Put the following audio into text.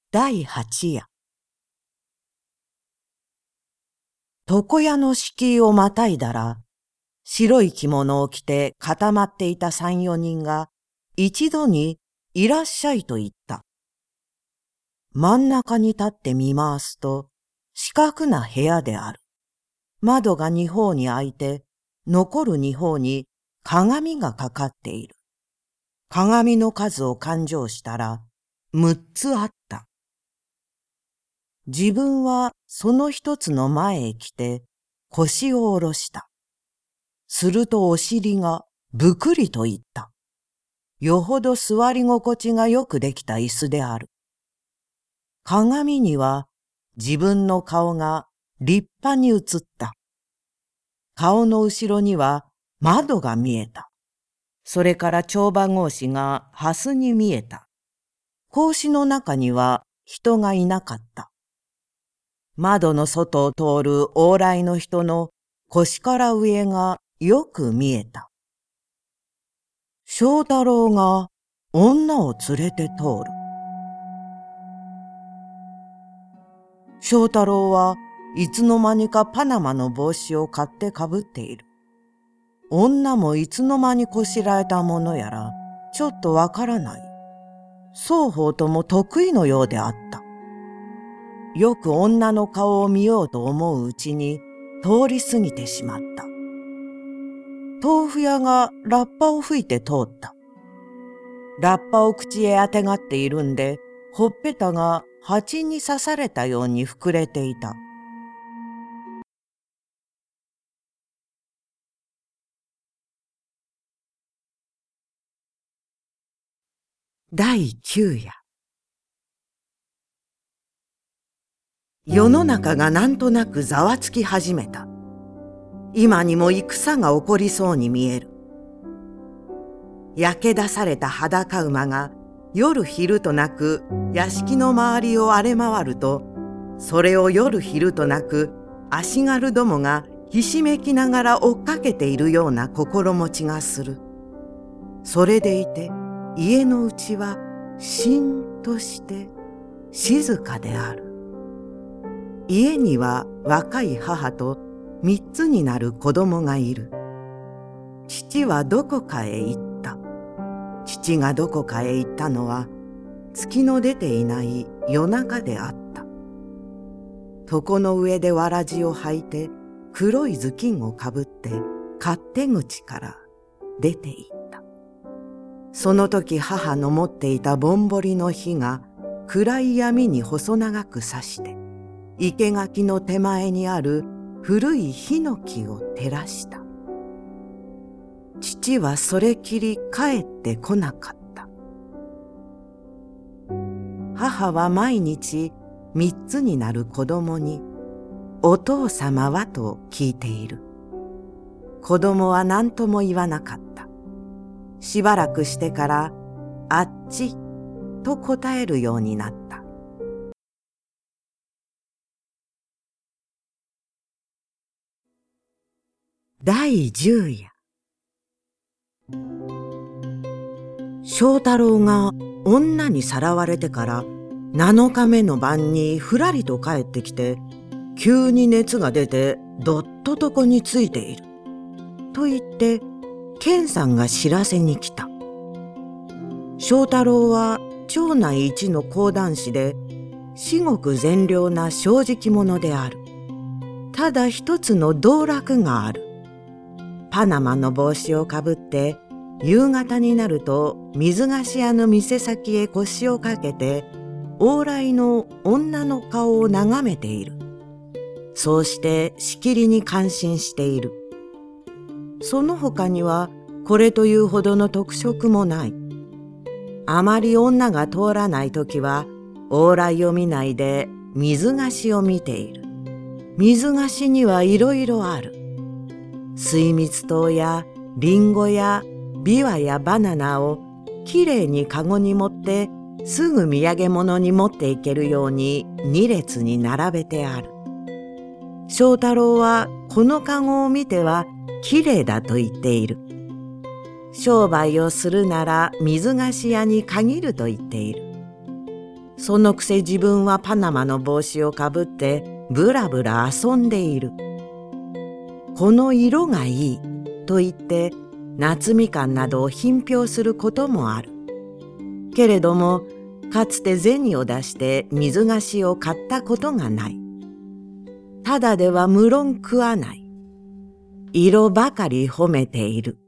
第八夜。床屋の敷居をまたいだら、白い着物を着て固まっていた三、四人が一度にいらっしゃいと言った。真ん中に立って見回すと四角な部屋である。窓が二方に開いて、残る二方に鏡がかかっている。鏡の数を勘定したら6つあった。自分はその一つの前へ来て腰を下ろした。するとお尻がぶくりと言った。よほど座り心地がよくできた椅子である。鏡には自分の顔が立派に映った。顔の後ろには窓が見えた。それから帳場格子が蓮に見えた。格子の中には人がいなかった。窓の外を通る往来の人の腰から上がよく見えた。正太郎が女を連れて通る。正太郎はいつの間にかパナマの帽子を買ってかぶっている。女もいつの間にこしらえたものやらちょっとわからない。双方とも得意のようであった。よく女の顔を見ようと思ううちに通り過ぎてしまった。豆腐屋がラッパを吹いて通った。ラッパを口へあてがっているんで、ほっぺたが蜂に刺されたように膨れていた。第九夜。世の中がなんとなくざわつき始めた。今にも戦が起こりそうに見える。焼け出された裸馬が夜昼となく屋敷の周りを荒れ回ると、それを夜昼となく足軽どもがひしめきながら追っかけているような心持ちがする。それでいて家のうちはしんとして静かである。家には若い母と3つになる子供がいる。父はどこかへ行った。父がどこかへ行ったのは月の出ていない夜中であった。床の上でわらじを履いて黒い頭巾をかぶって勝手口から出て行った。その時母の持っていたぼんぼりの火が暗い闇に細長くさして生垣の手前にある古いヒノキを照らした。父はそれきり帰ってこなかった。母は毎日3つになる子供にお父様はと聞いている。子供は何とも言わなかった。しばらくしてからあっちと答えるようになった。第10夜。正太郎が女にさらわれてから7日目の晩にふらりと帰ってきて、急に熱が出てどっと床についていると言って健さんが知らせに来た。正太郎は町内一の講談師で至極善良な正直者である。ただ一つの道楽がある。パナマの帽子をかぶって夕方になると水菓子屋の店先へ腰をかけて往来の女の顔を眺めている。そうしてしきりに感心している。その他にはこれというほどの特色もない。あまり女が通らないときは往来を見ないで水菓子を見ている。水菓子にはいろいろある。水蜜糖やリンゴやビワやバナナをきれいにかごに持ってすぐ土産物に持っていけるように2列に並べてある。正太郎はこのかごを見てはきれいだと言っている。商売をするなら水菓子屋に限ると言っている。 そのくせ自分はパナマの帽子をかぶってぶらぶら遊んでいる。この色がいいと言って夏みかんなどを品評することもある。けれどもかつて銭を出して水菓子を買ったことがない。ただでは無論食わない。色ばかり褒めている。